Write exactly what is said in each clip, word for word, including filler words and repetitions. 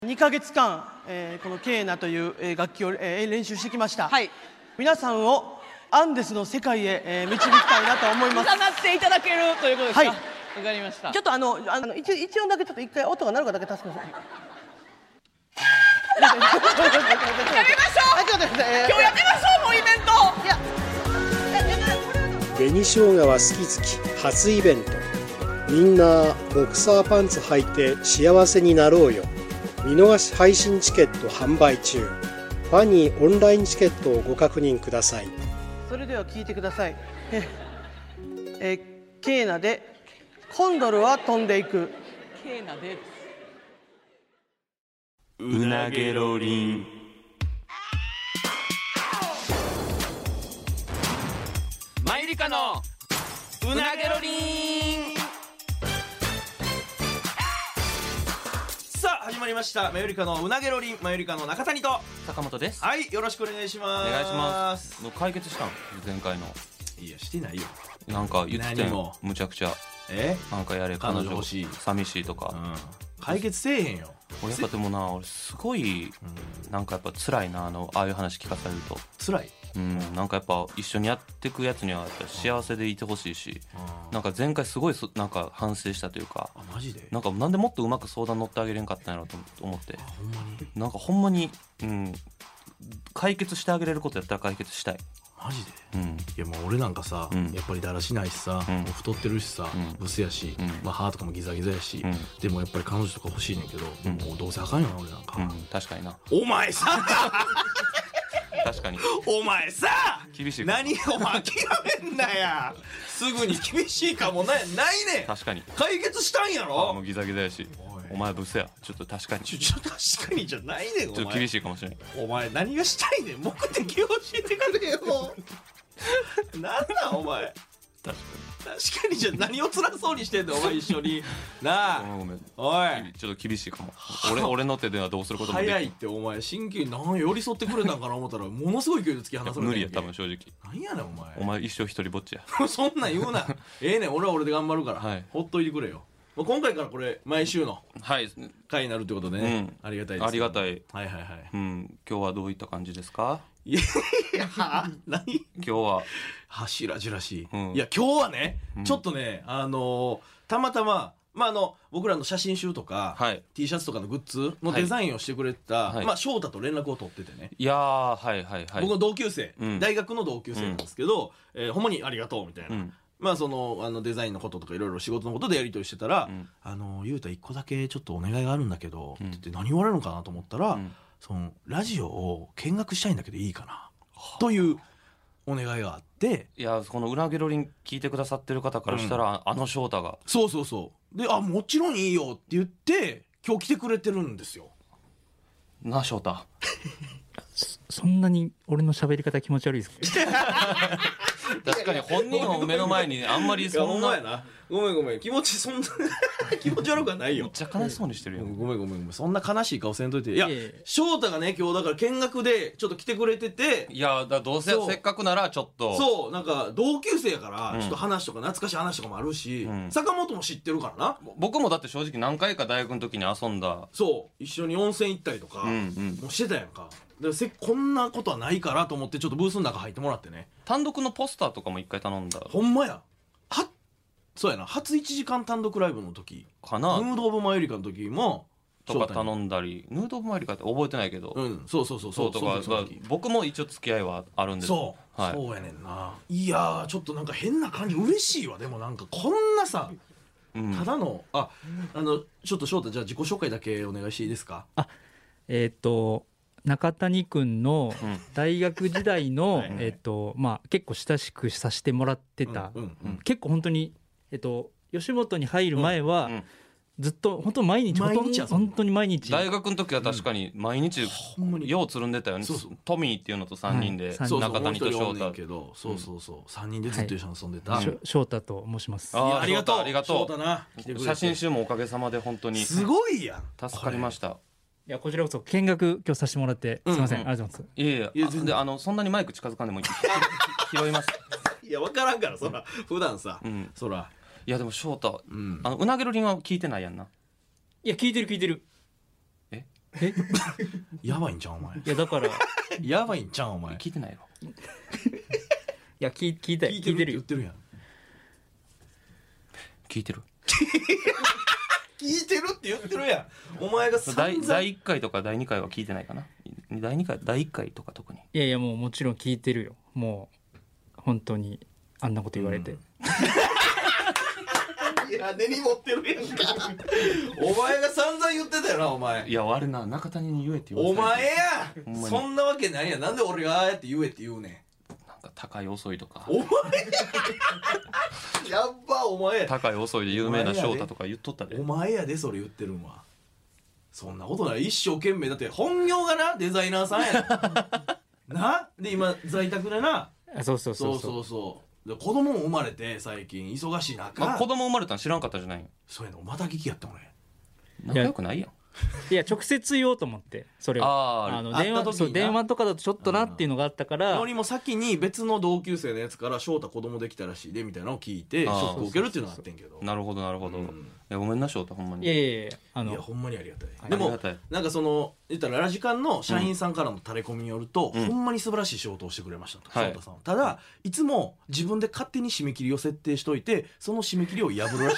にかげつかん、えー、このケーナという、えー、楽器を、えー、練習してきました、 はい、 皆さんをアンデスの世界へ、えー、導きたいなと思います。 占っていただけるということですか。 はい、 わかりました。 ちょっとあのあの 一, 一音だけちょっと一回音が鳴るかだけ助けます。 やめましょう。今日やってましょう、もうイベント。いや、 紅しょうがは好き好き初イベント。みんなボクサーパンツ履いて幸せになろうよ。見逃し配信チケット販売中。ファニーオンラインチケットをご確認ください。 それでは聞いてください。ええケーナでコンドルは飛んでいく。 ケーナでうなげろりん。マユリカのうなげろりん。さあ始まりました、マユリカのうなげろりん。マユリカの中谷と坂本です。 はい、よろしくお願いします。 お願いします。もう解決したん前回の。 いやしてないよ。 なんか言ってんむちゃくちゃ。 えなんかやれ彼女欲しい寂しいとか、うん、 解決せえへんよ。 俺やっぱでもな、俺すごい、うん、なんかやっぱ辛いな、あのああいう話聞かされると辛い。 うん、なんかやっぱ一緒にやっていくやつにはやっぱ幸せでいてほしいし、うん、なんか前回すごいなんか反省したというか、 あマジでなんかなんでもっとうまく相談乗ってあげれんかったんやろと思って、 ほんまになんかほんまに、うん、解決してあげれることやったら解決したい。 マジで、 うん、 いやもう俺なんかさ、うん、やっぱりだらしないしさ、うん、もう太ってるしさ、うん、ブスやし、うん、まあ、歯とかもギザギザやし、うん、でもやっぱり彼女とか欲しいねんけど、うん、もうどうせあかんよな俺なんか、うん、 確かにな。 お前さ確かにお前さ厳しい何お前諦めんなやすぐに厳しいかもないないねん。 確かに解決したんやろ。 もうギザギザやしお前ブスや。ちょっと確かにちょちょ確かにじゃないねん。 ちょっと厳しいかもしれない。 お前何がしたいねん。目的を教えてくれよなんなんお前。確かに確かにじゃ何を辛そうにしてんだお前一緒になあ。 ごめんごめんおいちょっと厳しいかも。俺俺の手ではどうすることもできない。 早いってお前真剣に何寄り添ってくれたんかな思ったらものすごい勢いで突き放された。 無理や多分正直。 何やねんお前。 お前一生一人ぼっちやそんなん言うなええねん俺は俺で頑張るから、 はい、 ほっといてくれよ。今回からこれ毎週の回になるってことでね、うん、ありがたいです、ね、 ありがたい。 はいはいはい、 うん、今日はどういった感じですか。 いや何今日は柱じらしい、 うん、 いや今日はね、うん、ちょっとねあのー、たまたままああの僕らの写真集とか、はい、T シャツとかのグッズのデザインをしてくれた、はい、まあ翔太と連絡を取っててね。 いやーはいはいはい。 僕の同級生、うん、大学の同級生なんですけど、うんえー、ほんまにありがとうみたいな、うんまあそのあのデザインのこととかいろいろ仕事のことでやり取りしてたら、うん、あのゆうた一個だけちょっとお願いがあるんだけど、うん、って言って何言われるのかなと思ったら、うん、そのラジオを見学したいんだけどいいかな、はあ、というお願いがあって。 いやこのうなげろりん聞いてくださってる方からしたら、うん、あの翔太がそうそうそうであもちろんいいよって言って今日来てくれてるんですよな。翔太そ, そんなに俺の喋り方気持ち悪いですか確かに本人を目の前にあんまりそんななごめんごめん気持ちそんな気持ち悪くはないよ。 めっちゃ悲しそうにしてるよ、うん、 ごめんごめんごめんそんな悲しい顔せんといて。いや翔太がね今日だから見学でちょっと来てくれてて。 いやだどうせせっかくならちょっとそうなんか同級生やからちょっと話とか懐かしい話とかもあるし、うん、坂本も知ってるからな。 僕もだって正直何回か大学の時に遊んだ。 そう一緒に温泉行ったりとかもしてたやんか。でせこんなことはないからと思ってちょっとブースの中入ってもらってね。 単独のポスターとかも一回頼んだ。 ほんまやはそうやな初いちじかん単独ライブの時かな。 ヌード・オブ・マユリカの時もとか頼んだり。ヌード・オブ・マユリカって覚えてないけど、 うんそうそうそうそうとか僕も一応付き合いはあるんです。 そう、はい、そうやねんな。いやーちょっとなんか変な感じ嬉しいわ。でもなんかこんなさ、うん、ただのああのちょっと翔太じゃあ自己紹介だけお願いしていいですか。 あえー、っと中谷くんの大学時代の、はいえっとまあ、結構親しくさせてもらってた、うんうんうん、結構本当に、えっと、吉本に入る前は、うんうん、ずっと本当毎日毎日本当に毎日大学の時は確かに毎日、うん、ようつるんでたよね。そうそうトミーっていうのとさんにんで、はい、中谷と翔太そうそうそう、うん、さんにんでずっと一緒に遊んでた、はい、 翔太と申します。 あ, ありがとうありがとう翔太な写真集もおかげさまで本当にすごいやん助かりました。 いやこちらこそ見学今日させてもらってすいません、うんうん、ありがとうございます。 いやいやいや全然あのそんなにマイク近づかんでもいい拾いますいや分からんからそら普段さ、うん、そらいやでも翔太、うん、あのうなげろりんは聞いてないやんな。 いや聞いてる聞いてる。 ええやばいんちゃうお前いやだからいやばいんちゃうお前聞いてないよ。 や聞聞いたよ聞いてるって聞いてるよ言ってるやん聞いてる。 聞いてるって言ってるやんお前が散々 第第いっかいとかだいにかいは聞いてないかな。だいにかいだいいっかいとか特に。 いやいやもうもちろん聞いてるよ。もう本当にあんなこと言われて、 うんいや根に持ってるやんかお前が散々言ってたよなお前いやあれな、中谷に言えって言わおれて前やほんまにそんなわけないやんなんで俺がああやって言えって言うねなんか高い遅いとかんお前ややっばお前や高い遅いで有名な翔太とか言っとったで。 お前やでそれ言ってるんはそんなことない一生懸命だって本業がなデザイナーさんやなで今在宅でなあそうそうそそううそうそうで子供も生まれて最近忙しい中、 まあ、子供生まれたの知らんかったじゃないよ。 そうやのまた聞きやった俺仲良くないやん。 いや直接言おうと思ってそれをあーあの会った時にな電話そう電話とかだとちょっとなっていうのがあったから俺も先に別の同級生のやつから翔太子供できたらしいでみたいなのを聞いてシあーョックを受けるっていうのがあってんけどなるほどなるほど、 うんいやごめんな翔太ほんまに。 いやいやいやあのいやほんまにありがたい、 はいでもありがたいなんかその言ったらラジカンの社員さんからのタレコミによると、 うんほんまに素晴らしい仕事をしてくれましたと、 はい翔太さんはただいつも自分で勝手に締め切りを設定しといてその締め切りを破るらしい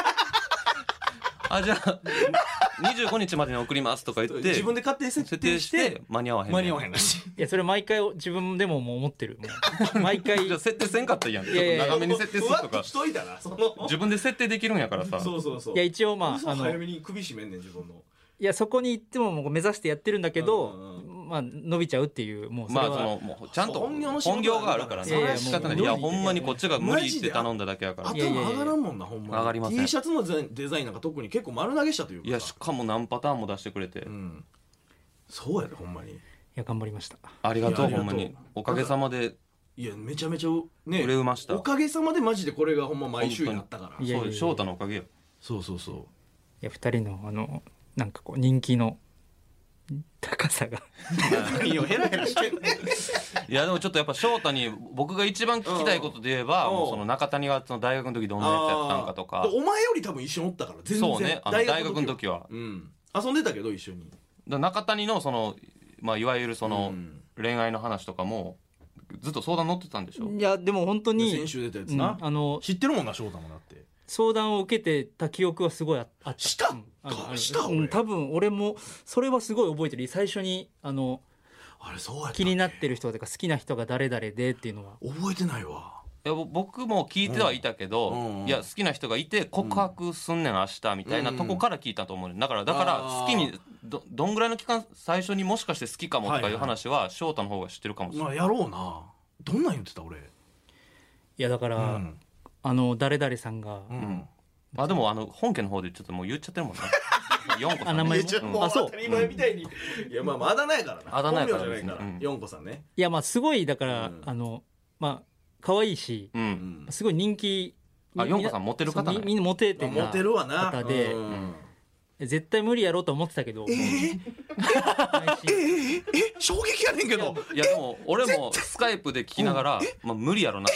あじゃあにじゅうごにちまでに送りますとか言って自分で勝手に設設定し定してて間に合わへんねん。 間に合わへんらしいいやそれ毎回自分でももう思ってるもう毎回じゃあ設定せんかったらいいやん。ちょっいやいやいやと長めに設定するとかふわっとしといたらその自分で設定できるんやからさ。 そうそうそういや一応まあ嘘あの早めに首絞めんねん自分のいやそこに行ってももう目指してやってるんだけど、 うんまあ伸びちゃうっていうもうそれは、 まあそのもうちゃんと本業の仕事本業があるからいやいやそれは仕方ない。いもうやほんまにこっちが無理って頼んだだけやから。 頭いやいやいや上がらんもんなほんまに上がりません T シャツのデザインなんか特に結構丸投げしたというかいやしかも何パターンも出してくれて、 うんそうやでほんまにいや頑張りました。 ありがとういやありがとうんほまにおかげさまでいやめちゃめちゃね売れました。 おかげさまでマジでこれがほんま毎週になったからいやいやそう翔太のおかげよ。 そうそうそういやふたりのあのなんかこう人気の高さがいやヘラヘラしてんねいやでもちょっとやっぱ翔太に僕が一番聞きたいことで言えば、 うんもうその中谷がその大学の時どんなやつやったんかとかあーお前より多分一緒におったから全然そうねあの大学の時はうん遊んでたけど一緒にだから中谷のその、まあ、いわゆるそのうん恋愛の話とかもずっと相談乗ってたんでしょ。 いやでも本当に先週出たやつうんなあの知ってるもんな翔太もだって相談を受けてた記憶はすごいああったしたうんあのあのした俺うん多分俺もそれはすごい覚えてる。最初にあのあれそうやったっけ気になってる人とか好きな人が誰々でっていうのは覚えてないわいやぼ僕も聞いてはいたけど、 うんうんいや好きな人がいて告白すんねん明日みたいなとこから聞いたと思うねんだからだからあー好きにどどんぐらいの期間最初にもしかして好きかもとかいう話は翔太の方が知ってるかもしれない。 まあやろうなどんなん言ってた俺いやだから、 うんあの誰々さんが、 うんまあでもあの本家の方でちょっともう言っちゃってるもんね。よんこさんねあ名前いやちょうんもうあそう当たり前みたいにいやまあまああだ名やからなあだ名やから本名じゃないからうんヨンコさんねいやまあすごいだから、 うんあのまあ可愛いしう。 うんんすごい人気あみヨンコさんモテる方ねそうみみんなモテてまあモテるわな方でうん絶対無理やろうと思ってたけど、 えー内心えええ衝撃やねんけどいやでも俺もスカイプで聞きながら、まあ無理やろなと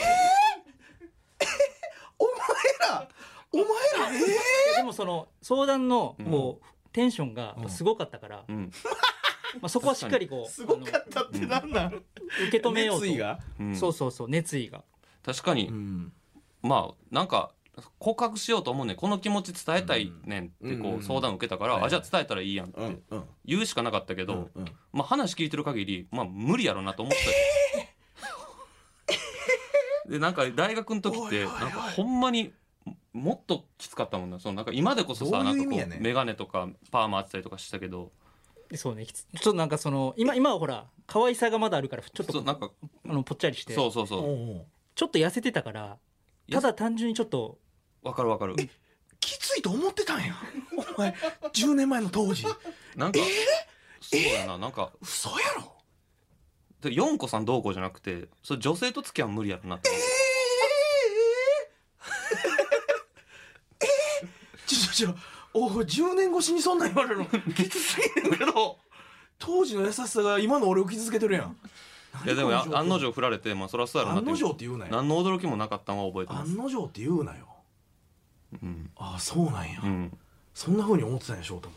お前らお前らえいやでもその相談のうんこう、テンションがすごかったから、 思う。うん。 まあ、そこはしっかりこうすごかったってなんなんあの受け止めようと熱意がうんそうそうそう熱意が確かに、 んまあなんか告白しようと思うねんこの気持ち伝えたいねんってこうんう相談受けたから、 はいはいあじゃあ伝えたらいいやんってうんうん言うしかなかったけど、 うんまあ話聞いてる限りまあ無理やろなと思ってたでなんか大学の時っておいおいおいなんかほんまにもっときつかったもんなそのなんか今でこそさどういうなんか意味やねこうんメガネとかパーマ当てたりとかしたけどそうねきつちょっとなんかその今今はほら可愛さがまだあるからちょっとそうなんかあのぽっちゃりしてそうそうそうおうおうちょっと痩せてたからただ単純にちょっとわかるわかるきついと思ってたんやお前じゅうねんまえの当時なんかそうやななんか嘘やろでヨンコさんどうこうじゃなくてそれ女性と付き合うの無理やろなって思ってええちょちょちょおいじゅうねん越しにそんなん言われるのきつすぎるけど当時の優しさが今の俺を傷つけてるやんいやでもや案の定定振られてまあそりゃそうやろな案の定って言うなよ何の驚きもなかったのは覚えてます案の定って言うなようん、 ああそうなんや、 うん、 そんな風に思ってたんや翔太も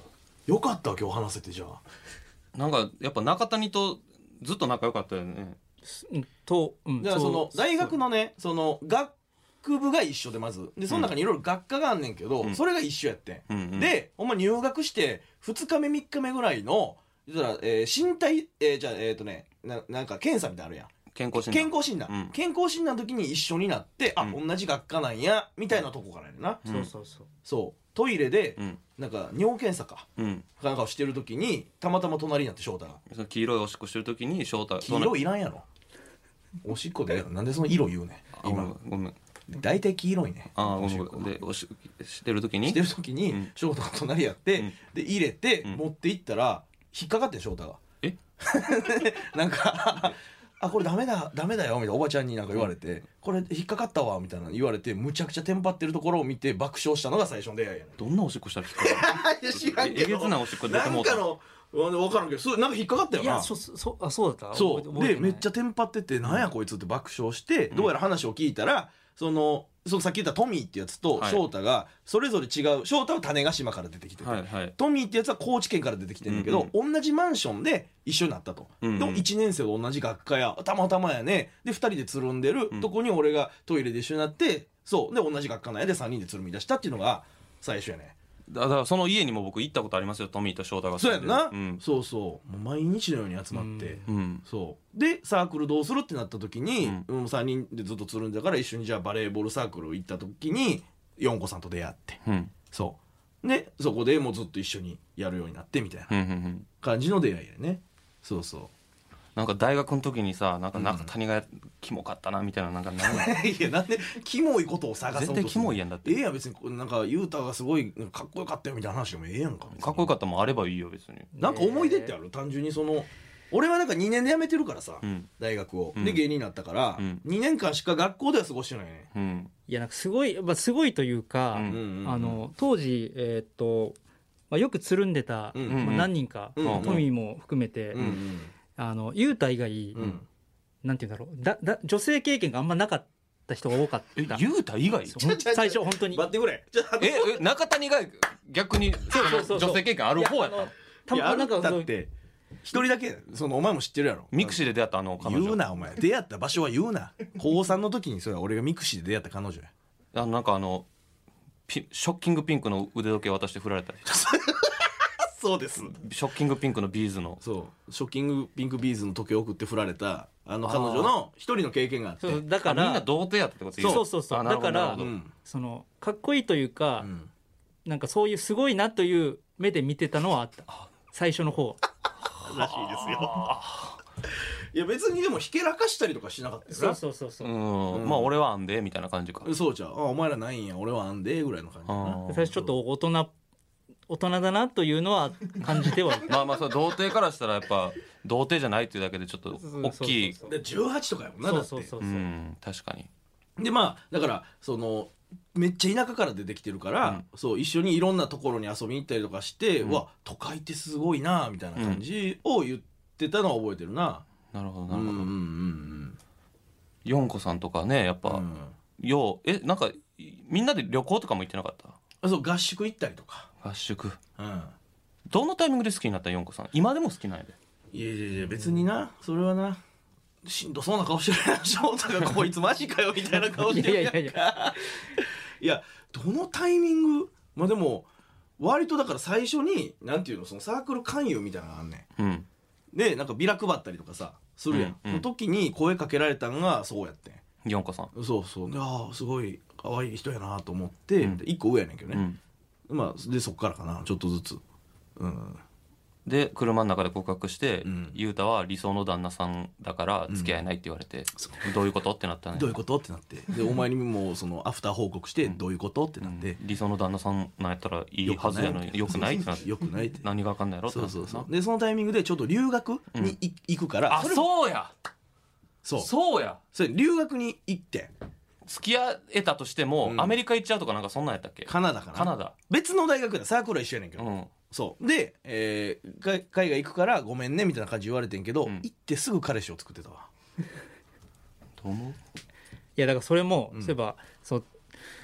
よかった今日話せて。じゃあなんかやっぱ中谷とずっと仲良かったよね。 うんと、うん、 だからそのそう大学のねその学部が一緒でまずでその中にいろいろ学科があんねんけど、 うん、 それが一緒やってん、 うんうん、 でほんま入学してふつかめみっかめぐらいの言ったら、えー、身体、えー、じゃあえっ、ー、とねななんか検査みたいなのあるやん。 健康診断健康診断、 うん、 健康診断の時に一緒になって、あ、 うん、 同じ学科なんやみたいなとこからやねんな、 うん、そうそうそうそうトイレで、 うん、 なんか尿検査か、うん、なんかをしてる時にたまたま隣になって翔太がその黄色いおしっこしてる時に翔太黄色いらんやろおしっこでなんでその色言うねん今ごめん大体黄色いねあごめんでおししてる時にしてる時に、うん、翔太が隣やって、うん、で入れて、うん、持っていったら引っかかって翔太がえなんかあこれダメだダメだよみたいなおばちゃんになんか言われて、うん、これ引っかかったわみたいな言われてむちゃくちゃテンパってるところを見て爆笑したのが最初の出会いやねどんなおしっこしたら引っかかる知らんけどえげつないおしっこ出てもうたなんかの分からんけどそなんか引っかかったよないやそそあそうだったそうでめっちゃテンパっててなんやこいつって爆笑して、うん、どうやら話を聞いたらそのそさっき言ったトミーってやつと翔太がそれぞれ違う翔太は種子島から出てきてて、はいはい、トミーってやつは高知県から出てきてるんだけど、うんうん、同じマンションで一緒になったと、うんうん、でもいちねん生と同じ学科やたまたまやねでふたりでつるんでる、うん、とこに俺がトイレで一緒になってそうで同じ学科なんやでさんにんでつるみ出したっていうのが最初やね。 だからその家にも僕行ったことありますよトミーと翔太がそうやんな、うん、そうそうもう毎日のように集まって、うんうん、そうでサークルどうするってなった時に、うん、さんにんでずっとつるんだから一緒にじゃあバレーボールサークル行った時にヨンコさんと出会って、うん、そうでそこでもうずっと一緒にやるようになってみたいな感じの出会いやね。そうそうなんか大学の時にさなんか中谷がキモかったなみたいななんかなんいやなんでキモいことを探そうとする絶対キモいやんだってええやん別になんかユータがすごいかっこよかったよみたいな話でもええやんかかっこよかったもんあればいいよ別になんか思い出ってある単純にその俺はなんかにねんで辞めてるからさ、うん、大学を、うん、で芸人になったから、うん、にねんかんしか学校では過ごしてないね、うん、 いやなんかすごい、まあ、すごいというか、うん、あの当時えー、っと、まあ、よくつるんでた、うんまあ、何人か、うん、トミーも含めて、うんうんあのユータ以外、うん、なんていうんだろうだだ女性経験があんまなかった人が多かったえユータ以外最初本当に待ってくれええ中谷が逆に女性経験ある方やったのたまなんかだって一人だけそのお前も知ってるやろミクシーで出会ったあの彼女言うなお前出会った場所は言うな高さんの時にそれは俺がミクシーで出会った彼女やあのなんかあのピショッキングピンクの腕時計渡して振られたりそうですショッキングピンクのビーズのそうショッキングピンクビーズの時計を送って振られたあの彼女の一人の経験があってだからみんな童貞やったってことそうそうそうだから、うん、そのかっこいいというか、うん、なんかそういうすごいなという目で見てたのはあった最初の方らしいですよいや別にでもひけらかしたりとかしなかったよそうそうそうそう、 うんうん、まあ俺はあんでみたいな感じかそうじゃんあお前らないんや俺はあんでぐらいの感じかな最初ちょっと大人大人だなというのは感じてはいたまあまあそう童貞からしたらやっぱ童貞じゃないっていうだけでちょっと大きいそうそうそうじゅうはちとかやもんなだってそうそうそうそううん確かにでまあだからそのめっちゃ田舎から出てきてるから、うん、そう一緒にいろんなところに遊びに行ったりとかして、うん、わ都会ってすごいなみたいな感じを言ってたのは覚えてるな、 うん、なるほどなるほどうんうんうんヨンコさんとかねやっぱ、うん、ようえなんかみんなで旅行とかも行ってなかったあそう合宿行ったりとか合宿うんどのタイミングで好きになったヨンコさん今でも好きなんやでいやいやいや別になそれはなしんどそうな顔してるやん翔太がこいつマジかよみたいな顔してるやんかいやいやいやいやどのタイミングまあでも割とだから最初になんていうのそのサークル勧誘みたいなのがあんねん、うん、でなんかビラ配ったりとかさするやん、うんうん、の時に声かけられたんがそうやってんヨンコさんそうそうでああすごい可愛い人やなと思って、うん、いっこ上やねんけどね、うん、まあでそっからかなちょっとずつ、うん、 で車の中で告白して、うん、ゆうたは理想の旦那さんだから付き合えないって言われて、うん、どういうことってなったねどういうことってなってでお前にもそのアフター報告して、うん、どういうことってなって、うん、 理想の旦那さんなんやったらいいはずやのによくないってなってよくないって何があかんのやろってそうそうそうでそのタイミングでちょっと留学に、うん、行くからあそうやそうそうやそれ留学に行って付き合えたとしても、うん、アメリカ行っちゃうとかなんかそんなんやったっけカナダかなカナダ別の大学でサークルは一緒やねんけど、うん、そうで、えー、海外行くからごめんねみたいな感じ言われてんけど、うん、行ってすぐ彼氏を作ってたわどう思ういやだからそれも、うん、そういえばそう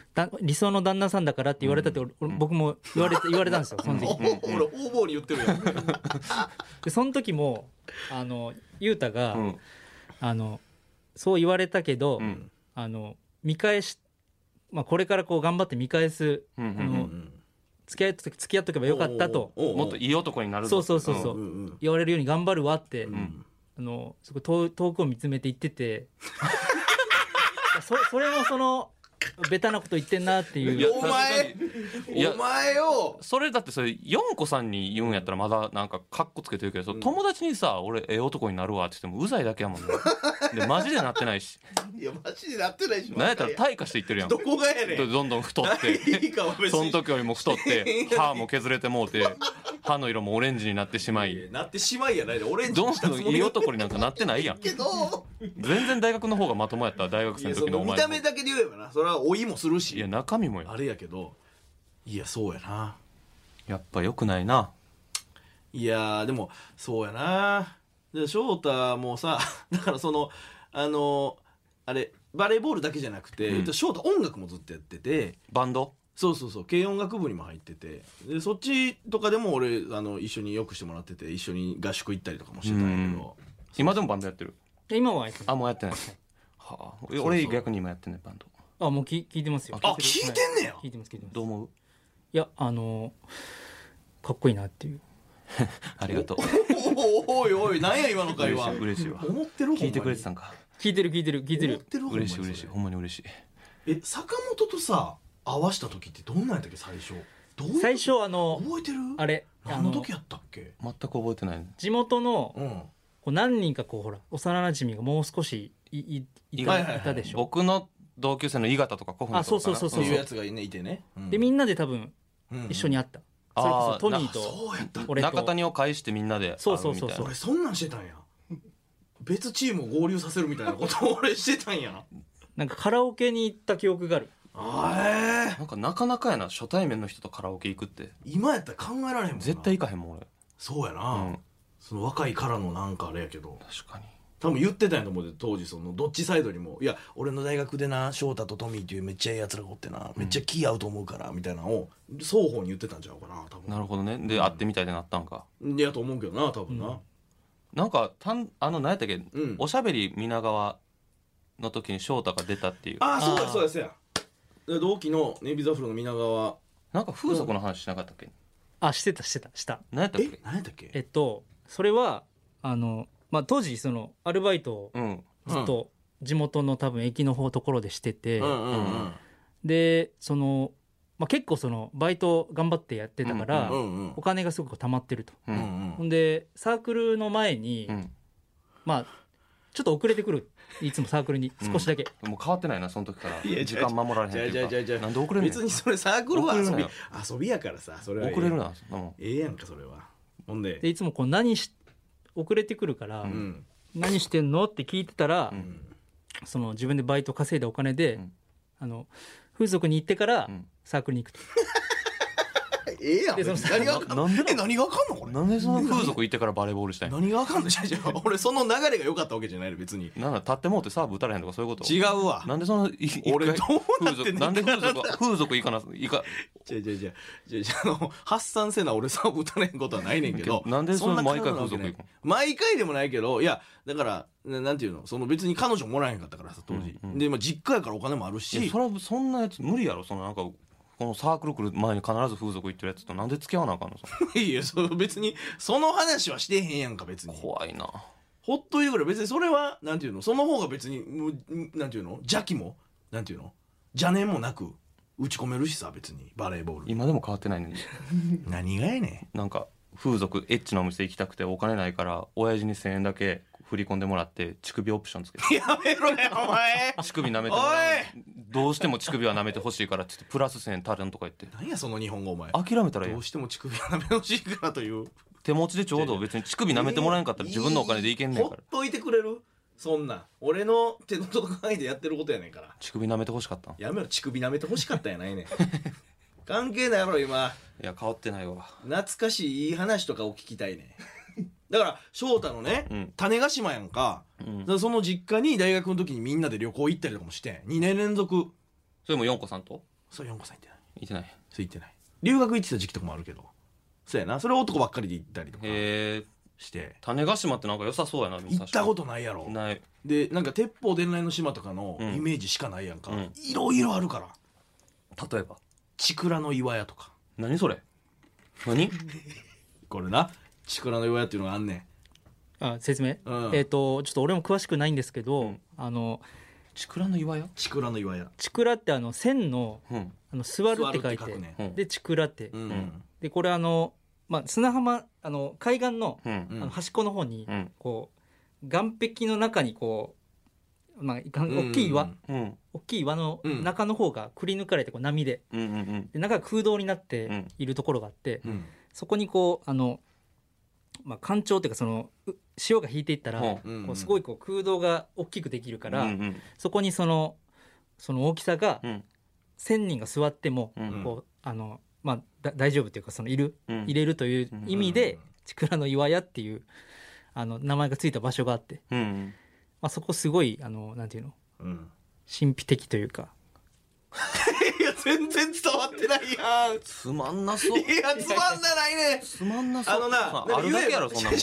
だ理想の旦那さんだからって言われたって、俺僕も言われて言われたんですよその時。 俺大棒に言ってるやんでその時もあのゆうたが、 うんあのそう言われたけど、 うんあの見返し、まあ、これからこう頑張って見返す、 うんうんあの付き合っと付き合っとけばよかったと、 おうおうおうもっといい男になるそぞうそうそうそう、 うんうん言われるように頑張るわって、 んあのすごい遠遠くを見つめて言っててそそれもそのベタなこと言ってんなっていう。 いやお前いやお前よそれだってそれよんこさんに言うんやったらまだなんかカッコつけてるけど、その友達にさ俺ええ男になるわって言ってもうざいだけやもんねでマジでなってないし、 いやマジでなってないしなんやったら退化していってるやん。 どこがやねんどんどん太っていいかも別にその時よりも太って歯も削れてもうて歯の色もオレンジになってしまい、 なってしまいやないでオレンジどんどんいいにしたつもり男になんかなってないやん。 けど全然大学の方がまともやった大学いや生のその見た時のお前の目だけで言えばなそれは老いもするしいや中身もよあれやけどいやそうやなやっぱ良くないな。 いやーでもそうやなで翔太もさだからそのあのあれバレーボールだけじゃなくて、 うんえっと翔太音楽もずっとやっててバンドそうそうそう軽音楽部にも入っててでそっちとかでも俺あの一緒によくしてもらってて一緒に合宿行ったりとかもしてたんやけど今でもバンドやってる。 今はやってるあもうやってないはあ俺逆に今やってんねバンド。 あもう聞聞いてますよ。 ある聞いてんねやはい聞いてます聞いてます。 どう思う？ いやあのかっこいいなっていう。 ありがとうおおいおい何や今の会話嬉しい嬉しいわ思ってる聞いてくれてたんんか。 聞いてる聞いてる聞いてる。 思ってる嬉しい嬉しいほんまにそれほんまに嬉しい。 え坂本とさ会わした時ってどんなんやったっけ最初どういう最初あの覚えてるあれあの何の時やったっけ全く覚えてない。 地元のうんこう何人かこうほら幼馴染がもう少しいいいた,、 はいはいはいいたでしょ。 僕の同級生の井形とか古墳とかあそうそうそうそういうやつがいねいてねでみんなで多分一緒に会った。それこそトミーそとうやった俺と中谷を介してみんなで会うみたいな。 そうそうそうそう俺そんなんしてたんや別チームを合流させるみたいなことを俺してたんやなんかカラオケに行った記憶がある。 あえなんかなかなかやな初対面の人とカラオケ行くって今やったら考えられへんもんな絶対行かへんもん俺。 そうやな、 うんその若いからのなんかあれやけど確かに。 多分言ってたんやと思うで当時そのどっちサイドにもいや俺の大学でな翔太とトミーっていうめっちゃいいやつらがおってな、めっちゃ気合うと思うからみたいなのを双方に言ってたんちゃうかな多分なるほどね。で、会ってみたいでなったんか。 いやと思うけどな多分な、 なんかたんあの何やったっけ、 うんおしゃべり皆川の時に翔太が出たっていう。 ああそうやあーそうやそうやで同期のネイビーザフロの皆川なんか風俗の話しなかったっけ、 あしてたしてたした。 え何やったっけ。 何やったっけえっとそれはあのまあ当時そのアルバイトをうんずっと地元の多分駅の方ところでしてて、 うんうんうんでその、まあ、結構そのバイト頑張ってやってたから、 うんうんお金がすごく貯まってると。 ううんんほんでサークルの前に、 うんまあちょっと遅れてくるいつもサークルに少しだけ、 もう変わってないなその時からいや時間守られへんっていうじゃあじゃあじゃあじゃあかなんで遅れる別にそれサークルは遊び遅れるなよ遊びやからさそれはええ遅れるなそんなもん。 ええやんかそれはほんででいつもこう何し遅れてくるから、 うん何してんのって聞いてたら、 うんその自分でバイト稼いだお金で、 うんあの風俗に行ってからうんサークルに行くと。 ええやんでその何があかんのなんでなえ何があかんのこれなんでその風俗行ってからバレーボールしたいの。 何があかんのじゃあじゃあ俺その流れが良かったわけじゃないの別になんだ立ってもうてサーブ打たれへんとかそういうこと。 違うわなんでそのい一回俺どうなってんねん風俗なんで風俗風俗行かないかじゃあじゃあじゃあじゃあじゃああの発散せな俺サーブ打たれへんことはないねんけどなんでそのんな毎回体なわけない風俗行くの毎回でもないけどいやだからななんていうのその別に彼女もらえへんかったからさ当時、 うんうんでまあ実家やからお金もあるいやしそれはそんなやつ無理やろ。そのなんかこのサークル来る前に必ず風俗行ってるやつとなんで付き合わなあかんの。そのいやその別にその話はしてへんやんか別に怖いな。 ほっといてくれ別にそれはなんていうのその方が別にもうなんていうの邪気もなんていうの邪念もなく打ち込めるしさ別にバレーボール今でも変わってないのに何がやねなんか風俗エッチなお店行きたくてお金ないから親父にせんえんだけ振り込んでもらって乳首オプションつけてんやめろやお前乳首舐めてもらうどうしても乳首は舐めてほしいからって言ってプラスせんえん足らんとか言って何やその日本語お前諦めたらいいやんどうしても乳首が舐めてほしいからという手持ちでちょうど別に乳首舐めてもらえんかったら自分のお金でいけんねんからほっといてくれるそんなん俺の手の届く範囲でやってることやねんから乳首舐めてほしかったんいやめろ乳首舐めてほしかったんやないねん関係ないやろ今や変わってないわ。 懐かしいいい話とかを聞きたいねだから翔太のね、 うん種子島やんか、 うんだからその実家に大学の時にみんなで旅行行ったりとかもしてにねん連続それもよんこさんとそうよんこさん行ってない行ってないそう行ってない留学行ってた時期とかもあるけどそうやなそれ男ばっかりで行ったりとかへえして種子島ってなんか良さそうやな行ったことないやろないでなんか鉄砲伝来の島とかのイメージしかないやんか、 うんいろいろあるから例えばチクラの岩屋とか何それ何これなチクラの岩屋っていうのがあんねんあ説明、 うんえっ、とちょっと俺も詳しくないんですけど、 うんあのチクラの岩屋チクラの岩屋チクラってあの線のうんあの座るって書いて座るって書くねうんでチクラって、 うんんでこれあの、まあ、砂浜あの海岸の,、 うんうんあの端っこの方に、 うんこう岸壁の中にこう、まあ、いかんうん大きい岩、 うん大きい岩の中の方がくり抜かれてこう波でうんうんで中が空洞になっうてんいるところがあって、 うんそこにこうあの、まあ、干潮っていうかそのう潮が引いていったら、 うんうんこうすごいこう空洞が大きくできるから、 うんうんそこにそのその大きさがうんせんにんが座っても、 うんこうあのまあ、だ大丈夫というかそのいる、 うん入れるという意味で、 うんチクラの岩屋っていうあの名前がついた場所があって、 うんまあ、そこすごいあのなんていうのうん神秘的というかいや全然伝わってないやんつまんなそういやつまんなないねつまんなそうあのなああるだけやろそんなもん違う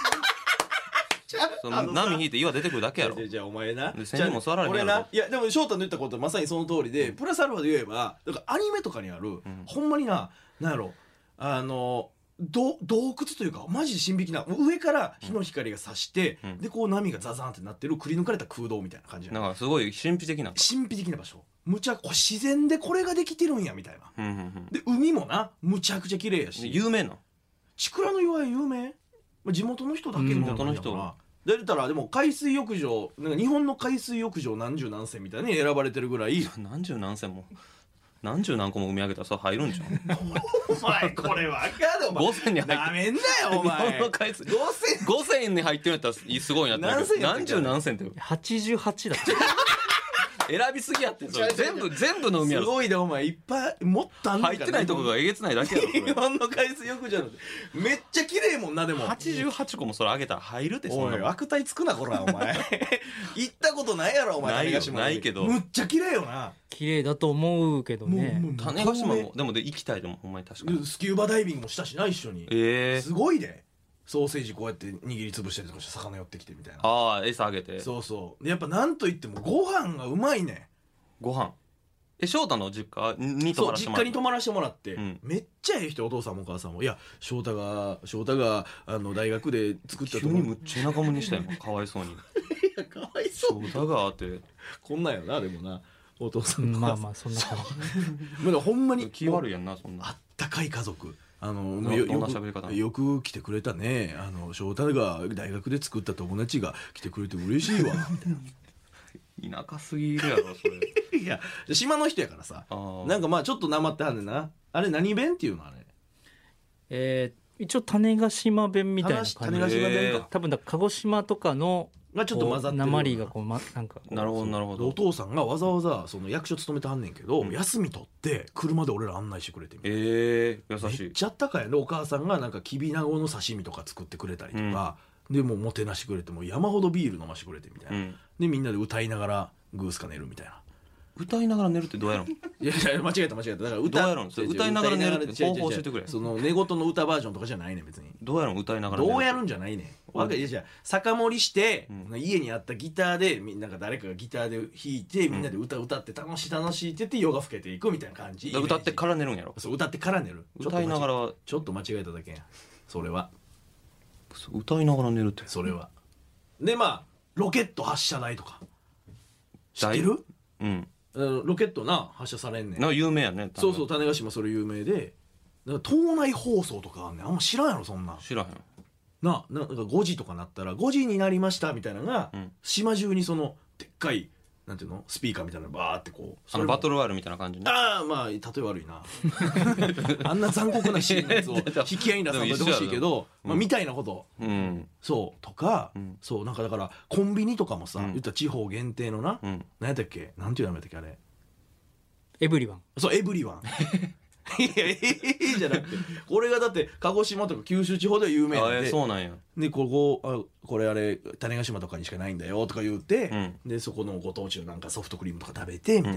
その波引いて岩出てくるだけやろじゃあじゃあお前なで千人も座られへんやろ俺ないやでも翔太の言ったことはまさにその通りで、プラスアルファで言えばだからアニメとかにある、ほんまにななんやろあのど洞窟というかマジで神秘的な上から日の光が差して、 うんでこう波がザザンってなってるくり抜かれた空洞みたいな感じやなんかすごい神秘的な神秘的な場所むちゃこれ自然でこれができてるんやみたいなうんうんうんで海もなむちゃくちゃ綺麗やでし有名なチクラの岩屋有名まあ地元の人だけみたいな感じだ地元のからで言ったらでも海水浴場なんか日本の海水浴場何十何選みたいに選ばれてるぐらい何十何千も何十何個も産み上げたらさ入るんじゃんお前これわかるお前ごせんに入ってなめんなよお日前本の海水ごせんごせんに入ってるんやったらすごいなってなるけど何千やったっけ何十何千ってはちじゅうはちだった選びすぎやってそれ全部全部の海やろすごいでお前いっぱいもっとあんねんから入ってないとこがえげつないだけやろそ日れ本の海水浴場なんてめっちゃ綺麗もんなでもはちじゅうはちこもそれあげたら入るってそんなもんおい悪態つくなこらお前行ったことないやろお前ないよ種子島ないけどむっちゃ綺麗よな綺麗だと思うけどねもうもう種子島もでもで行きたいでもほんまに確かにスキューバダイビングもしたしな一緒にええすごいでソーセージこうやって握りつぶしたりとかして魚寄ってきてみたいなああ餌あげてそうそうでやっぱなんといってもご飯がうまいねご飯え翔太の実家に泊そうまらせてもらって実家に泊まらせてもらって、 うんめっちゃええ人お父さんもお母さんもいや翔太が翔太があの大学で作ったと急にむっちゃ田舎者にしたよかわいそうにいやかわいそう翔太がってこんなんやなでもなお父さうんんまあとかまあそんな感じまだほんまに気悪いやんなそんなあったかい家族あのどよどんな喋り方よくよく来てくれたねあの翔太が大学で作った友達が来てくれて嬉しいわ田舎すぎるやろそれいや島の人やからさあーなんかまあちょっとなまってはんねんなあれ何弁っていうのあれえー一応種子島弁みたいな感じ種子島弁か多分だから鹿児島とかのがちょっと混ざってるような鉛がこう、ま、なんかこうなるほどなるほおど父さんがわざわざその役所勤めてはんねんけど、 うん休み取って車で俺ら案内してくれてみたいなええ優しいめっちゃあったかいやんでお母さんがなんかきびなごの刺身とか作ってくれたりとか、でもうもてなしてくれてもう山ほどビール飲ましてくれてみたいな、 うんでみんなで歌いながらグースか寝るみたいな歌いながら寝るってどうやろんいやいや間違えた間違えただから歌どうやろんそれ歌いながら寝るって歌いながら方法教えてくれその寝言の歌バージョンとかじゃないねん別にどうやろん歌いながら寝るどうやるんじゃないねんわかるいやじゃあ酒盛りして、 うん家にあったギターでみんなが誰かがギターで弾いてみんなで歌歌って楽しい楽しいって言って夜が更けていくみたいな感じ歌ってから寝るんやろそう歌ってから寝る歌いながらはちょっと間違えただけやそれは歌いながら寝るってそれはでまあロケット発射台とか知ってるうんあのロケットな発射されんねんなんか有名やねそうそう種子島それ有名でなんか島内放送とかあんねんあんま知らんやろそんなん知らへんななんかごじとかなったらごじになりましたみたいなのが、 うん島中にそのでっかいなんていうのスピーカーみたいなのバーってこうあのバトルルワイヤルみたいな感じねああまあ例え悪いなあんな残酷なシーンのやつを引き合いに出さんといてほしいけど、 うんまあ、みたいなことうんそうとか、 うんそうなんかだからコンビニとかもさ、 うん言ったら地方限定のな、 うん何やったっけなんていう名前だっけあれエブリワンそうエブリワンいやええじゃなくてこれがだって鹿児島とか九州地方では有名なんであえそうなんやでここあこれあれ種子島とかにしかないんだよとか言って、 うんでそこのご当地のなんかソフトクリームとか食べてみたいな、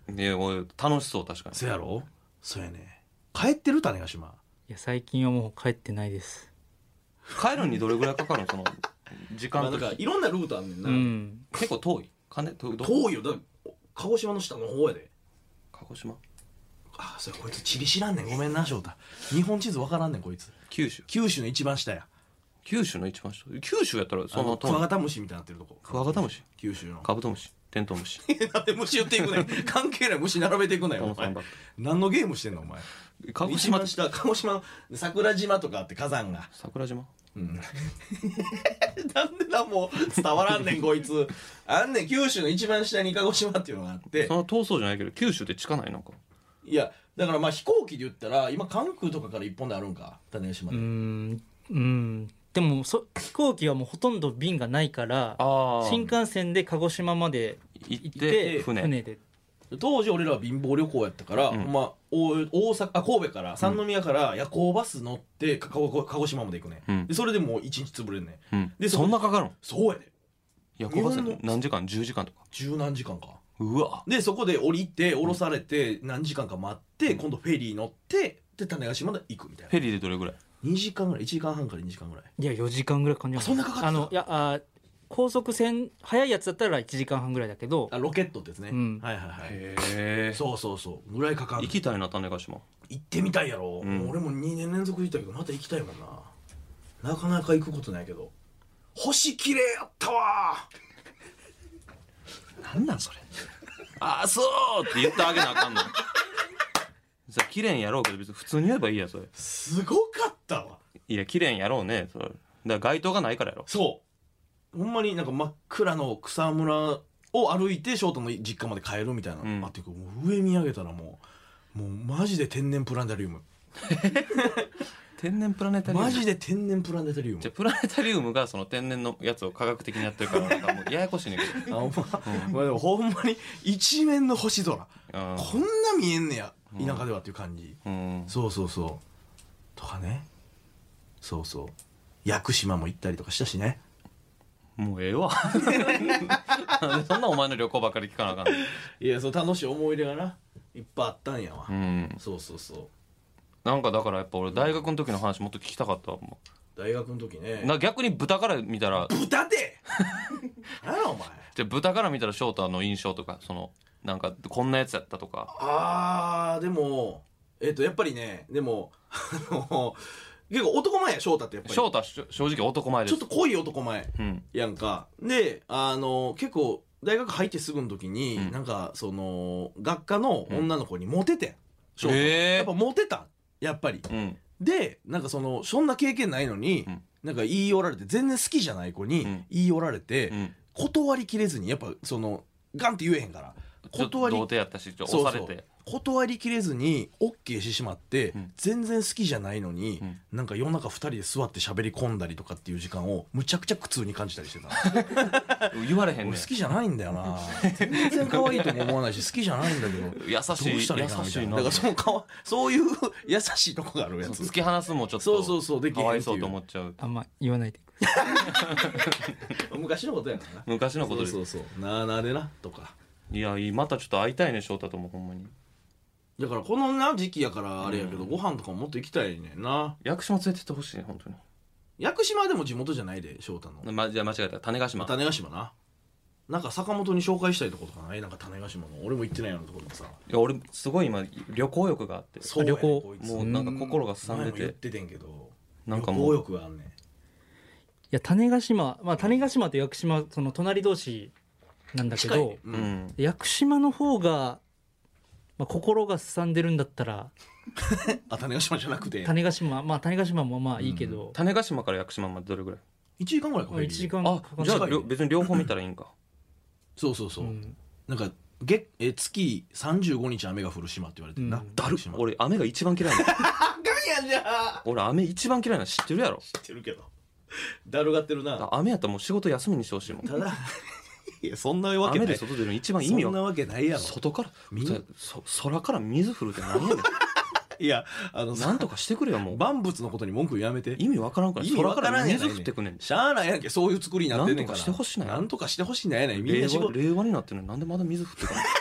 いや俺楽しそう確かに。 せやろ。そうやね。帰ってる種子島。 いや最近はもう帰ってないです。 帰るのにどれぐらいかかるのその時間とか。 まあなんかいろんなルートあんねんな、 うん、 結構遠い。金遠遠いよ。だから鹿児島の下の方やで。 鹿児島。 ああ、それこいつ地理知らんねん。ごめんな翔太。日本地図わからんねんこいつ。 九州。 九州の一番下や。 九州の一番下。九州やったらそのクワガタムシみたいになってるとこ。 クワガタムシ。 九州の。 カブトムシ。テントウムシ。 なんで虫言っていくねん。関係ない虫並べていくなよ。お前何のゲームしてんのお前。 鹿児島一番下、鹿児島の桜島とかあって火山が。 桜島。 うん。なんでだもう伝わらんねんこいつ。あんねん九州の一番下に鹿児島っていうのがあって。 その遠そうじゃないけど九州って近ないなんか。 いやだからまあ飛行機で言ったら今関空とかから一本であるんか種子島で。 うーんうんでもそ飛行機はもうほとんど便がないから新幹線で鹿児島まで行って船船で。 当時俺らは貧乏旅行やったから、 うんまあ、大阪あ神戸から三宮から夜行バス乗ってかか鹿児島まで行くね、 うん、 でそれでもう一日潰れんね、 うん、 でそんなかかるの。 そうやで。 夜行バス何時間じゅうじかんとか十何時間か。 うわでそこで降りて降ろされて何時間か待って、うん、今度フェリー乗ってで種子島まで行くみたいな。 フェリーでどれぐらい。 にじかんぐらいいちじかんはんからにじかんぐらい。 いやよじかんぐらいかかんじゃない。 そんなかかった。 あのいやあ高速船速いやつだったらいちじかんはんぐらいだけど。 あロケットってやつね、 うん、 はいはいはい。 へえ。 そうそうそうぐらいかかる。 行きたいな種子島。 行ってみたいやろ、うん、もう俺もにねん連続行ったけどまた行きたいもんな。なかなか行くことないけど星綺麗やったわ。なんなんそれ。 ああそうって言ってあげなあかんの。さ綺麗にやろうけど別に普通に言えばいいやそれ。 すごかったわ。 いや綺麗にやろうねそれ。だから街灯がないからやろ。 そうほんまになんか真っ暗の草むらを歩いて翔太の実家まで帰るみたいな、うん、あってもう上見上げたらもうもうマジで天然プラネタリウム。 天然プラネタリウムマジで天然プラネタリウム。 じゃプラネタリウムがその天然のやつを科学的にやってるからなんかもうややこしいねんけど。あ、 まあ、うん、まあでもほんまに一面の星空、こんな見えんねや田舎ではっていう感じ、うん、そうそうそうとかね。そうそう屋久島も行ったりとかしたしね。 もうええわ。そんなお前の旅行ばっかり聞かなあかんねん。 いやそう楽しい思い出がないっぱいあったんやわ、うん、そうそうそう。 なんかだからやっぱ俺大学の時の話もっと聞きたかったわ。もう大学の時ね。 な逆に豚から見たら豚で何やお前。 じゃあ豚から見たら翔太の印象とかそのなんかこんなやつやったとか。 あーでもえっとやっぱりねでも結構男前や翔太ってやっぱり。 翔太正直男前です。 ちょっと濃い男前、うん、やんか。であの結構大学入ってすぐの時に、うん、なんかその学科の女の子にモテてん、翔太、やっぱモテたんやっぱり、うん、でなんかそのそんな経験ないのに、うん、なんか言い寄られて全然好きじゃない子に言い寄られて、うん、断りきれずにやっぱそのガンって言えへんから断り童貞やったし押されてそうそう断りきれずに OK してしまって、うん、全然好きじゃないのに、うん、なんか夜中ふたりで座って喋り込んだりとかっていう時間をむちゃくちゃ苦痛に感じたりしてた。 言われへんねん。 俺好きじゃないんだよな。全然可愛いとも思わないし好きじゃないんだけど優しいどうしたらいいかなみたいな。だからそのかわそういう優しいとこがあるやつ突き放すもちょっとそうそうそうできへんかわいそうと思っちゃう。 あんま言わないで昔のことやからな。 昔のことです。 そうそうそうなあなあでなとか。 いやまたちょっと会いたいね翔太ともほんまに。 だからこのな時期やからあれやけど、うん、ご飯とかももっと行きたいねんな。 屋久島連れてってほしいね本当に。 屋久島でも地元じゃないで翔太の、 ま、じゃあ間違えた種子島。 種子島な。なんか坂本に紹介したいとことかない。なんか種子島の俺も行ってないようなところでさ。 いや俺すごい今旅行欲があって。 そう旅行もうなんか心がすさんでて。 前も言っててんけどなんかもう旅行欲があんねん。いや種子島まあ種子島と屋久島その隣同士なんだけど、ねうん、屋久島の方がまあ、心がすさんでるんだったらあ種子島じゃなくて種子島まあ種子島もまあいいけど、 うん、種子島から屋久島までどれぐらい。 いちじかんぐらいかかる。 いちじかんかかる。 あじゃあ別に両方見たらいいんか。 そうそうそう、うん、なんか月え月さんじゅうごにち雨が降る島って言われてるな、うん、 だる俺雨が一番嫌いなあかんやんじゃあ俺雨一番嫌いなの知ってるやろ。 知ってるけどだるがってるな。 雨やったらもう仕事休みにしてほしいもん。ただいやそんなわけない。 雨で外出るの一番意味はそんなわけないやろ。 外からそ空から水降るって何やねん。 いやあのなんとかしてくれよもう。 万物のことに文句やめて。 意味わからんから空から水降ってくねん。 しゃあないやんけそういう作りになってんねんから。 なんとかしてほしいな。 なんとかしてほしいんやないみんな仕事令和になってるのになんでまだ水降ってくる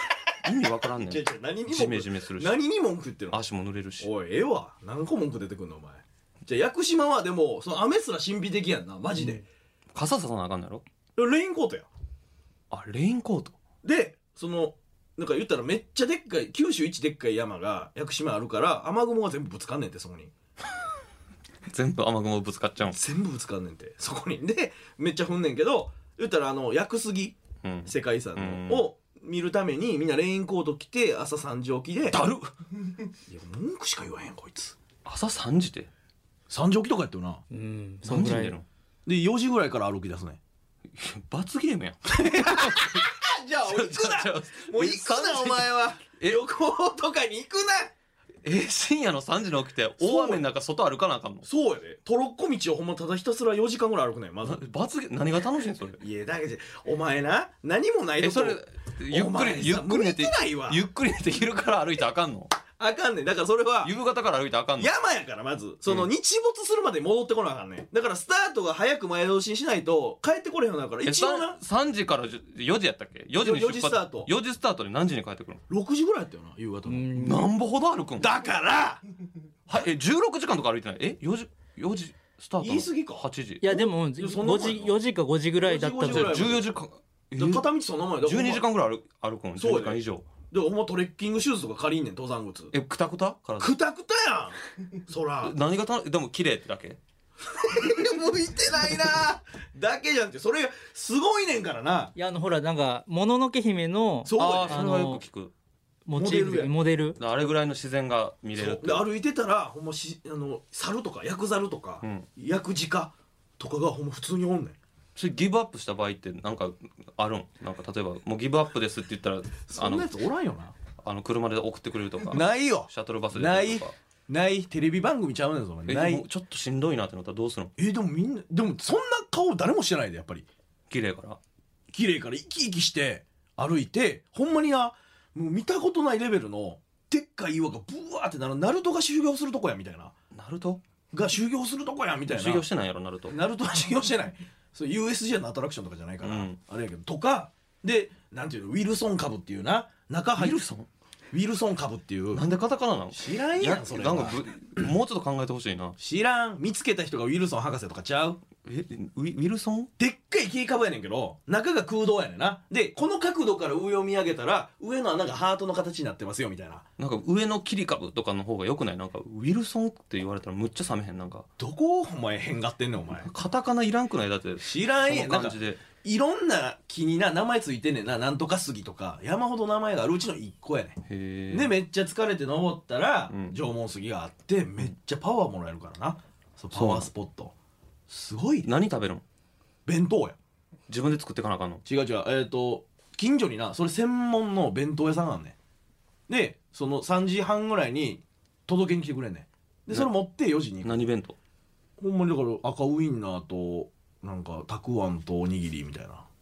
意味わからんねん。 違う違う何にもジメジメするし何に文句言ってるの。 足も濡れるし。 おいええわ何個文句出てくんのお前。じゃあ屋久島はでもその雨すら神秘的やんなマジで、 傘ささなあかんのやろ。 レインコートやあ、レインコート。 でそのなんか言ったらめっちゃでっかい九州一でっかい山が屋久島あるから雨雲が全部ぶつかんねんてそこに全部雨雲ぶつかっちゃうん。 全部ぶつかんねんてそこにでめっちゃ降んねんけど言ったらあの屋久杉、 うん、 世界遺産の、 うんを見るためにみんなレインコート着て朝さんじ起きでだるいや文句しか言わへんこいつ朝さんじでさんじ起きとかやってるなうんそ何んぐらい時に出るの。 でよじぐらいから歩き出すね罰ゲームやん。 じゃあ行くなもう行くなお前は旅行とかに行くなえ深夜のさんじに起きて大雨の中外歩かなあかんの。 そうやでトロッコ道をほんまただひたすらよじかんぐらい歩くねんまず罰ゲーム何が楽しいんそれ。 いやだけどお前な何もないとこえそれゆっくお前さりゆっくり寝て向いてないわゆっくり寝て昼から歩いてあかんの。 あかんねんだからそれは夕方から歩いてあかんの。 山やからまずそのうん日没するまで戻ってこなあかんねんだからスタートが早く前倒しにしないと帰ってこれへんようになるからえ一応なさんじからよじやったっけ。よじに出よじ発スタートよじスタートで何時に帰ってくるの。 ろくじぐらいやったよな夕方のうんなんぼほど歩くん。 だからはいえじゅうろくじかんとか歩いてない。えよじよじスタートの言い過ぎかはちじ。 いやでもやそんなもごじんやなよじかごじぐらいだったとよじごじぐらいじゅうよじかんえだから片道そんなもんやだじゅうにじかんんぐらい歩歩くん。じゅうにじかん以上。 でほんまトレッキングシューズとか借りんねん登山靴えくたくた体くたくたやんそら何がたでも綺麗ってだけ。 向いてないなだけじゃんってそれがすごいねんからないやあのほらなんかもののけ姫のそうやああそれはよく聞く。 モチーフモモデルあれぐらいの自然が見れるってそうで歩いてたらほんましあの猿とかヤクザルとか、 うんヤクジカとかがほんま普通におんねんそれギブアップした場合ってなんかあるん。なんか例えばもうギブアップですって言ったらそんなやつおらんよなあの車で送ってくれるとかないよシャトルバスでない送るとか。 ないテレビ番組ちゃうねんそれえないでもちょっとしんどいなってなったらどうするの。 えでもみんなでもそんな顔誰もしてないでやっぱり綺麗から。 綺麗から生き生きして歩いてほんまになもう見たことないレベルのでっかい岩がブワーってなるナルトが修行するとこやみたいなナルトが修行するとこやみたいな修行してないやろナルト。 ナルトは修行してないそう ユーエスジェー のアトラクションとかじゃないから、 うんあれやけどとかでなんていうのウィルソン株っていうな中入っウィルソンウィルソン株っていうなんでカタカナなの。 知らんやんそれはなんかぶもうちょっと考えてほしいな。 知らん見つけた人がウィルソン博士とかちゃうえウィウィルソンでっかい切り株やねんけど中が空洞やねんなでこの角度から上を見上げたら上の穴がハートの形になってますよみたいななんか上の切り株とかの方がよくない。なんかウィルソンって言われたらむっちゃ冷めへん。なんかどこをお前変がってんねんお前カタカナいらんくない。だって知らんやんなんかその感じでいろんな木にな名前ついてんねんななんとか杉とか山ほど名前があるうちのいっこやねんへえ。 でめっちゃ疲れて登ったら、 うん縄文杉があってめっちゃパワーもらえるからなそうパワースポットすごい何食べるの。 弁当や自分で作ってかなあかんの。 違う違うえっ、と近所になそれ専門の弁当屋さんがあんねんでそのさんじはんぐらいに届けに来てくれんねんでそれ持ってよじに行く何弁当。 ほんまにだから赤ウインナーとなんかたくあんとおにぎりみたいな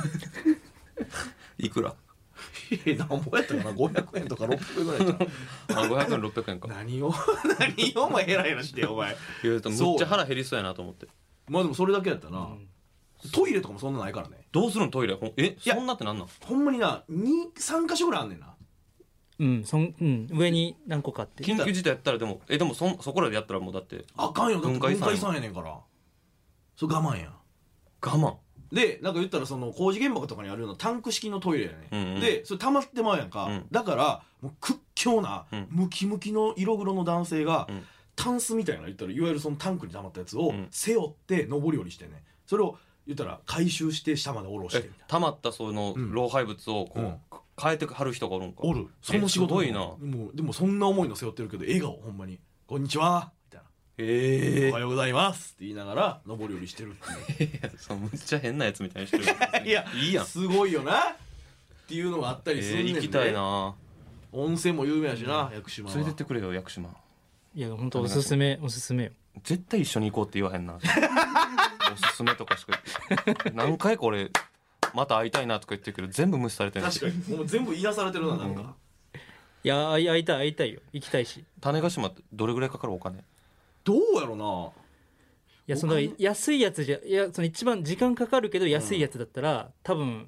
いくら。 えなんぼやったかなごひゃくえんとかろっぴゃくえんぐらいじゃんあごひゃくえんろっぴゃくえんか。 何を何をお前ヘラヘラしてお前いやむっちゃ腹減りそうやなと思って。 まあでもそれだけやったな、トイレとかもそんなないからねどうするのトイレ。ほんえやそんなってなんなん。 ほんまになにさん箇所ぐらいあんねんなうんそんうん上に何個かあって緊急事態やったらでもえでもそんそこらでやったらもうだってあかんよだって文化遺産文化遺産やねんからそれ我慢や我慢。 でなんか言ったらその工事現場とかにあるようなタンク式のトイレやね、 うんうんでそれ溜まってまうやんか、 うんだからもう屈強な、 うんムキムキの色黒の男性が、 うんタンスみたいな言ったらいわゆるそのタンクに溜まったやつをうん背負って上り下りしてねそれを言ったら回収して下まで下ろしてみえたいな溜まったそのうん老廃物をこう、 うん変えてはる人がおるんか。 おるその仕事えすごいな。 もうでもそんな思いの背負ってるけど笑顔ほんまに「こんにちは」みたいなえおはようございます」って言いながら上り下りしてるっていうえそうむっちゃ変なやつみたいにしてるいやいいやん。 すごいよなっていうのがあったえりするねんで、 ー行きたいな。 温泉も有名やしな、屋久島は連れてってくれよ屋久島。 いや本当おすすめおすすめよ絶対一緒に行こうって言わへんな。おすすめとかしか言って何回か俺また会いたいなとか言ってるけど全部無視されてるし。 確かにもう全部言い出されてるななんか、 いや会い会いたい会いたいよ行きたいし種子島ってどれぐらいかかるお金。 どうやろないやそのお金安いやつじゃいやその一番時間かかるけど安いやつだったら、多分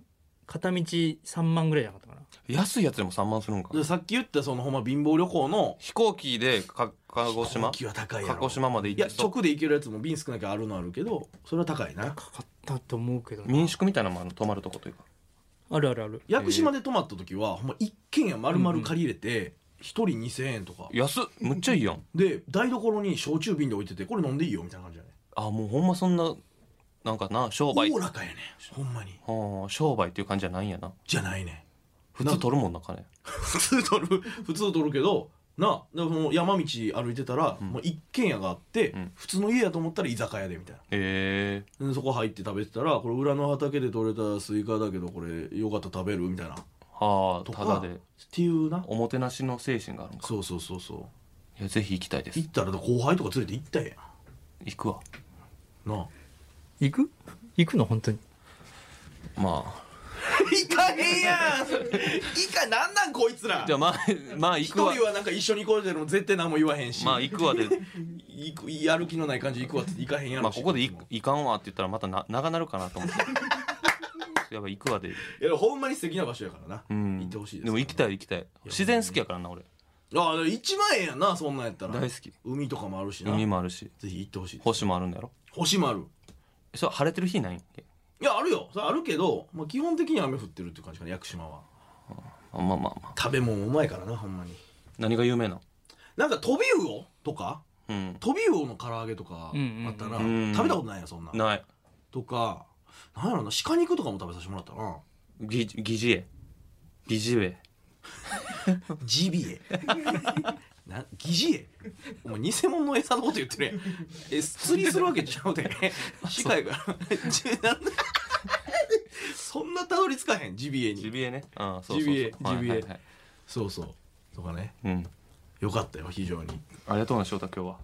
片道さんまんぐらいじゃなかったかな。 安いやつでもさんまんするんか。 でさっき言ったそのほんま貧乏旅行の飛行機でか鹿児島飛行機は高いやろ。 鹿児島までいや行って直で行けるやつも便少なきゃあるのあるけどそれは高いな。 かかったと思うけどな。 民宿みたいなのもある泊まるとこというか。 あるあるある。 屋久島で泊まった時はほんま一軒家丸々借り入れて一人にせんえんとか安っむっちゃいいやん。 で台所に焼酎瓶で置いててこれ飲んでいいよみたいな感じだね。 あもうほんまそんななんかな商売おおらかやねほんまに。 はあ商売っていう感じじゃないんやな。 じゃないね。 普通取るもんな金。 普通取る普通取るけどなでもその山道歩いてたら、もう一軒家があって、 ん普通の家やと思ったら居酒屋でみたいな。 へえ。 でそこ入って食べてたらこれ裏の畑で採れたスイカだけどこれよかったら食べるみたいなとかはあただでっていうな。 おもてなしの精神があるんか。 そうそうそうそういやぜひ行きたいです。 行ったら後輩とか連れて行ったや行くわ。 んなあ。 行く行くの本当に。 まあ行かへんやん行かなんなんこいつら。 じゃあまあまあ行一くわ。 人はなんか一緒に行こうってのも絶対何も言わへんし、 まあ行くわで行くやる気のない感じで行くわって行かへんやろし。 まあここでい行かんわって言ったらまたな長なるかなと思って。やっぱ行くわで。 いやほんまに素敵な場所やからな、 うん行ってほしいです。 でも行きたい行きたい。自然好きやからな俺。 ああ一万円やんなそんなんやったら。 大好き。 海とかもあるしな。 海もあるしぜひ行ってほしい。 星もあるんだやろ。 星もある。 それ晴れてる日ないんけ。 いやあるよそれあるけど、まあ、基本的には雨降ってるっていう感じかな屋久島は。 あまあまあまあ食べ物もうまいからなほんまに。 何が有名なの。 なんか飛び魚とかうん飛び魚の唐揚げとかあったら、 うんうんうん食べたことないやそんなない。 とかなんやろな鹿肉とかも食べさせてもらったな。 ぎ疑似餌疑似餌ジビエな疑似餌お前偽物の餌のこと言ってるやん。え釣りするわけちゃうで鹿やからじなんでそんなたどり着かへんジビエに。 ジビエね。あそうそうそうジビエジビエはいはいはいそうそうとかね。 うんよかったよ非常に。 ありがとうな翔太今日は。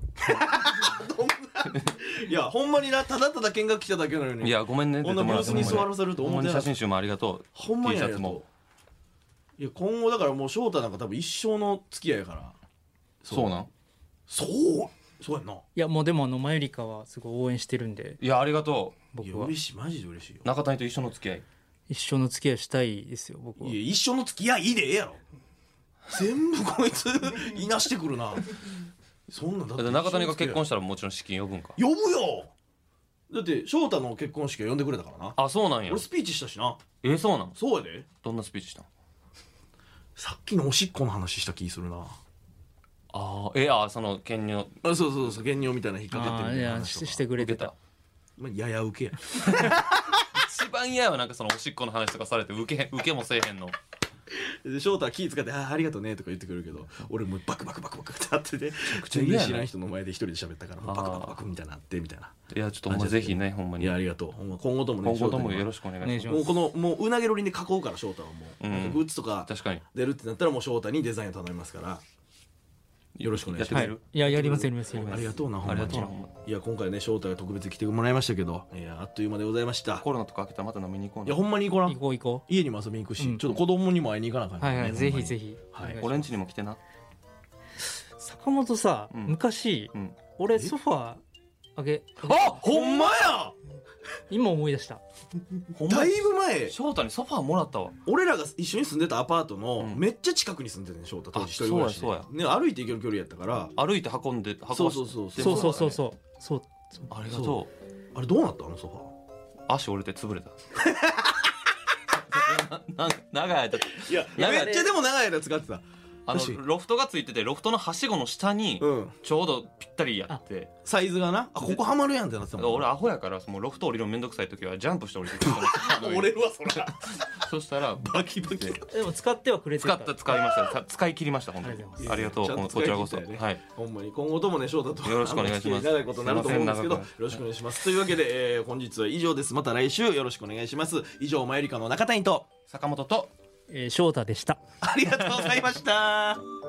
いやほんまになただただ見学来ただけなのに。 いやごめんねこんなブースに座らせるとほん思ってない。 まに写真集もありがとう。 ほんまに T ありがとシャツも。 う。いや今後だからもう翔太なんか多分一生の付き合いやから。 そうなん。 そうそうやんな。 いやもうでもあのマユリカはすごい応援してるんでいやありがとい僕はや嬉しいマジで嬉しいよ。 う。中谷と一緒の付き合い。 一生の付き合いしたいですよ僕は。 いや一緒の付き合いいいでええやろ。全部こいついなしてくるな。そんなんだだって中谷が結婚ししたらもちろん資金呼ぶんか。 呼ぶよ。だって翔太の結婚式は呼んでくれたからな。 あそうなんや俺。スピーチしたしな。 えそうなん。 そうやで。 どんなスピーチしたん。 さっきのおしっこの話した気するな。 ああえあその兼任あそうそうそう減量みたいな引っ掛けてみたいああいやな話とかししてくれ受けたてた。。 まあやや受けや。 一番嫌やわなんかそのおしっこの話とかされて受けへん受けもせえへんの。 で翔太は気使って「あありがとうね」とか言ってくるけど俺もうバクバクバクバクってなってて全然知らん人の前で一人で喋ったからもうバクバクバクみたいになってみたいな。 いやちょっとほんまぜひねほんまに。 いやありがとうほんま今後ともね今後とも翔太にはよろしくお願いします。 お願いしまもうこのもううなげろりに囲うから翔太はもう、 うんなんかグッズとか確かに。 出るってなったらもう翔太にデザインを頼みますからよろしくお願いします。 やってくれるいややりますやりますやります。 ありがとうなほんまにありがとうなほんまいや今回ね翔太が特別に来てもらいましたけどいやあっという間でございました。 コロナとか明けたらまた飲みに行こうね。 いやほんまに行こうな行こう行こ家にも遊びに行くし、 うんちょっと子供にも会いに行かなあかんう。はいはいぜひぜひ。 ひ。 はい俺ん家にも来てな。 坂本さうん昔うん。 俺ソファーあげあほんまや今思い出した。 ほんまだいぶ前翔太にソファーもらったわ。 俺らが一緒に住んでたアパートのうんめっちゃ近くに住んでたね翔太当時一人暮らしであそうやね歩いて行ける距離やったから歩いて運んで運ばそうそうそうそうそうそうう。 そうそう。 ありがとう。 あれどうなったあのソファ足折れて潰れた。なな長い間ーいや長いめっちゃでも長い間使ってたあ確かのロフトがついててロフトのはしごの下にうんちょうどぴったりやって、 サイズがなあここはまるやんってなってたもん俺アホやからもうロフト降りるのめんどくさい時はジャンプして降りてくる俺はそらそしたらバキバキででも使ってはくれてた。 使った使いましたさ使い切りました本当にありがとうござありがとうちゃんとこちらこそ、 使い切ったよねはいほんまに今後ともね翔太とよろしくお願いします長いことになると思うんですけどよすいません長くろしくお願いしますというわけで、えー本日は以上ですまた来週よろしくお願いします以上マユリカの中谷と坂本とえー翔太でした。 ありがとうございました